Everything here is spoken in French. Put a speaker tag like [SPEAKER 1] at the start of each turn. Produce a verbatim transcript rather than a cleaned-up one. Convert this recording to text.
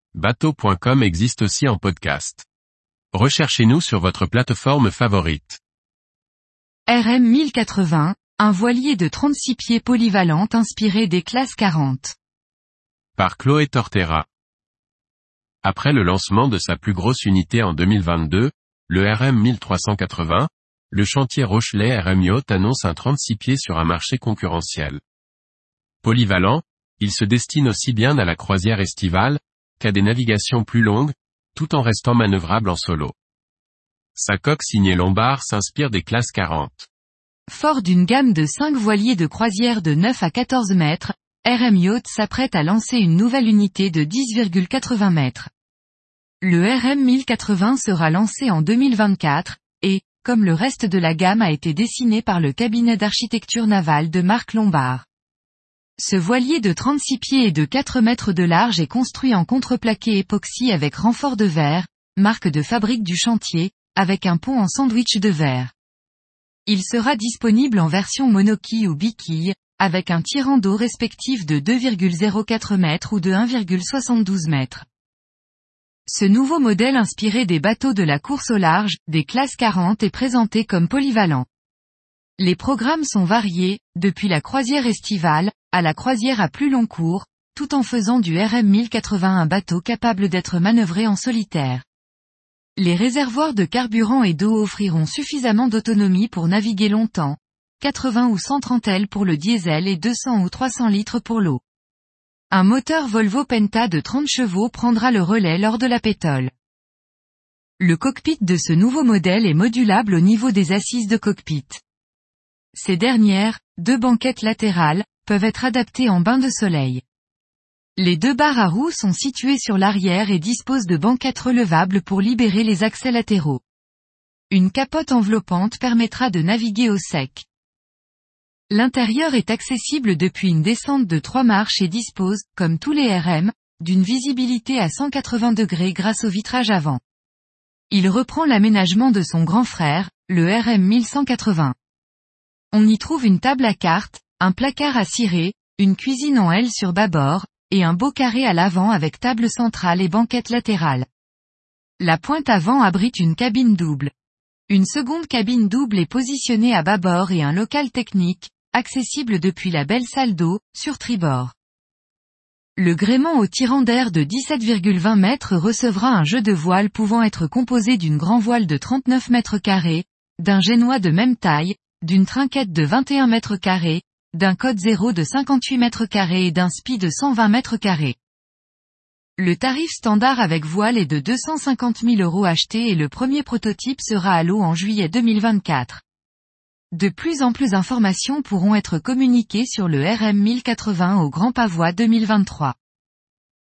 [SPEAKER 1] bateau point com existe aussi en podcast. Recherchez-nous sur votre plateforme favorite.
[SPEAKER 2] R M mille quatre-vingts, un voilier de trente-six pieds polyvalent inspiré des classes quarante.
[SPEAKER 1] Par Chloé Tortera. Après le lancement de sa plus grosse unité en deux mille vingt-deux, le R M mille trois cent quatre-vingts, le chantier Rochelet R M Yacht annonce un trente-six pieds sur un marché concurrentiel. Polyvalent, il se destine aussi bien à la croisière estivale, qu'à des navigations plus longues, tout en restant manœuvrable en solo. Sa coque signée Lombard s'inspire des classes quarante.
[SPEAKER 2] Fort d'une gamme de cinq voiliers de croisière de neuf à quatorze mètres, R M Yacht s'apprête à lancer une nouvelle unité de dix virgule quatre-vingts mètres. Le R M mille quatre-vingts sera lancé en deux mille vingt-quatre, et, comme le reste de la gamme a été dessiné par le cabinet d'architecture navale de Marc Lombard. Ce voilier de trente-six pieds et de quatre mètres de large est construit en contreplaqué époxy avec renfort de verre, marque de fabrique du chantier, avec un pont en sandwich de verre. Il sera disponible en version monoquille ou biquille, avec un tirant d'eau respectif de deux virgule zéro quatre mètres ou de un virgule soixante-douze mètres. Ce nouveau modèle inspiré des bateaux de la course au large, des classes quarante est présenté comme polyvalent. Les programmes sont variés, depuis la croisière estivale, à la croisière à plus long cours, tout en faisant du R M mille quatre-vingts un bateau capable d'être manœuvré en solitaire. Les réservoirs de carburant et d'eau offriront suffisamment d'autonomie pour naviguer longtemps, quatre-vingts ou cent trente litres pour le diesel et deux cents ou trois cents litres pour l'eau. Un moteur Volvo Penta de trente chevaux prendra le relais lors de la pétole. Le cockpit de ce nouveau modèle est modulable au niveau des assises de cockpit. Ces dernières, deux banquettes latérales, peuvent être adaptées en bain de soleil. Les deux barres à roues sont situées sur l'arrière et disposent de banquettes relevables pour libérer les accès latéraux. Une capote enveloppante permettra de naviguer au sec. L'intérieur est accessible depuis une descente de trois marches et dispose, comme tous les R M, d'une visibilité à cent quatre-vingts degrés grâce au vitrage avant. Il reprend l'aménagement de son grand frère, le R M mille cent quatre-vingts. On y trouve une table à cartes, un placard à cirer, une cuisine en L sur bâbord, et un beau carré à l'avant avec table centrale et banquette latérale. La pointe avant abrite une cabine double. Une seconde cabine double est positionnée à bâbord et un local technique, accessible depuis la belle salle d'eau, sur tribord. Le gréement au tirant d'air de dix-sept virgule vingt mètres recevra un jeu de voile pouvant être composé d'une grand voile de trente-neuf mètres carrés, d'un génois de même taille, d'une trinquette de vingt et un mètres carrés, d'un code zéro de cinquante-huit mètres carrés et d'un spi de cent vingt mètres carrés. Le tarif standard avec voile est de deux cent cinquante mille euros acheté et le premier prototype sera à l'eau en juillet deux mille vingt-quatre. De plus en plus d'informations pourront être communiquées sur le R M mille quatre-vingts au Grand Pavois deux mille vingt-trois.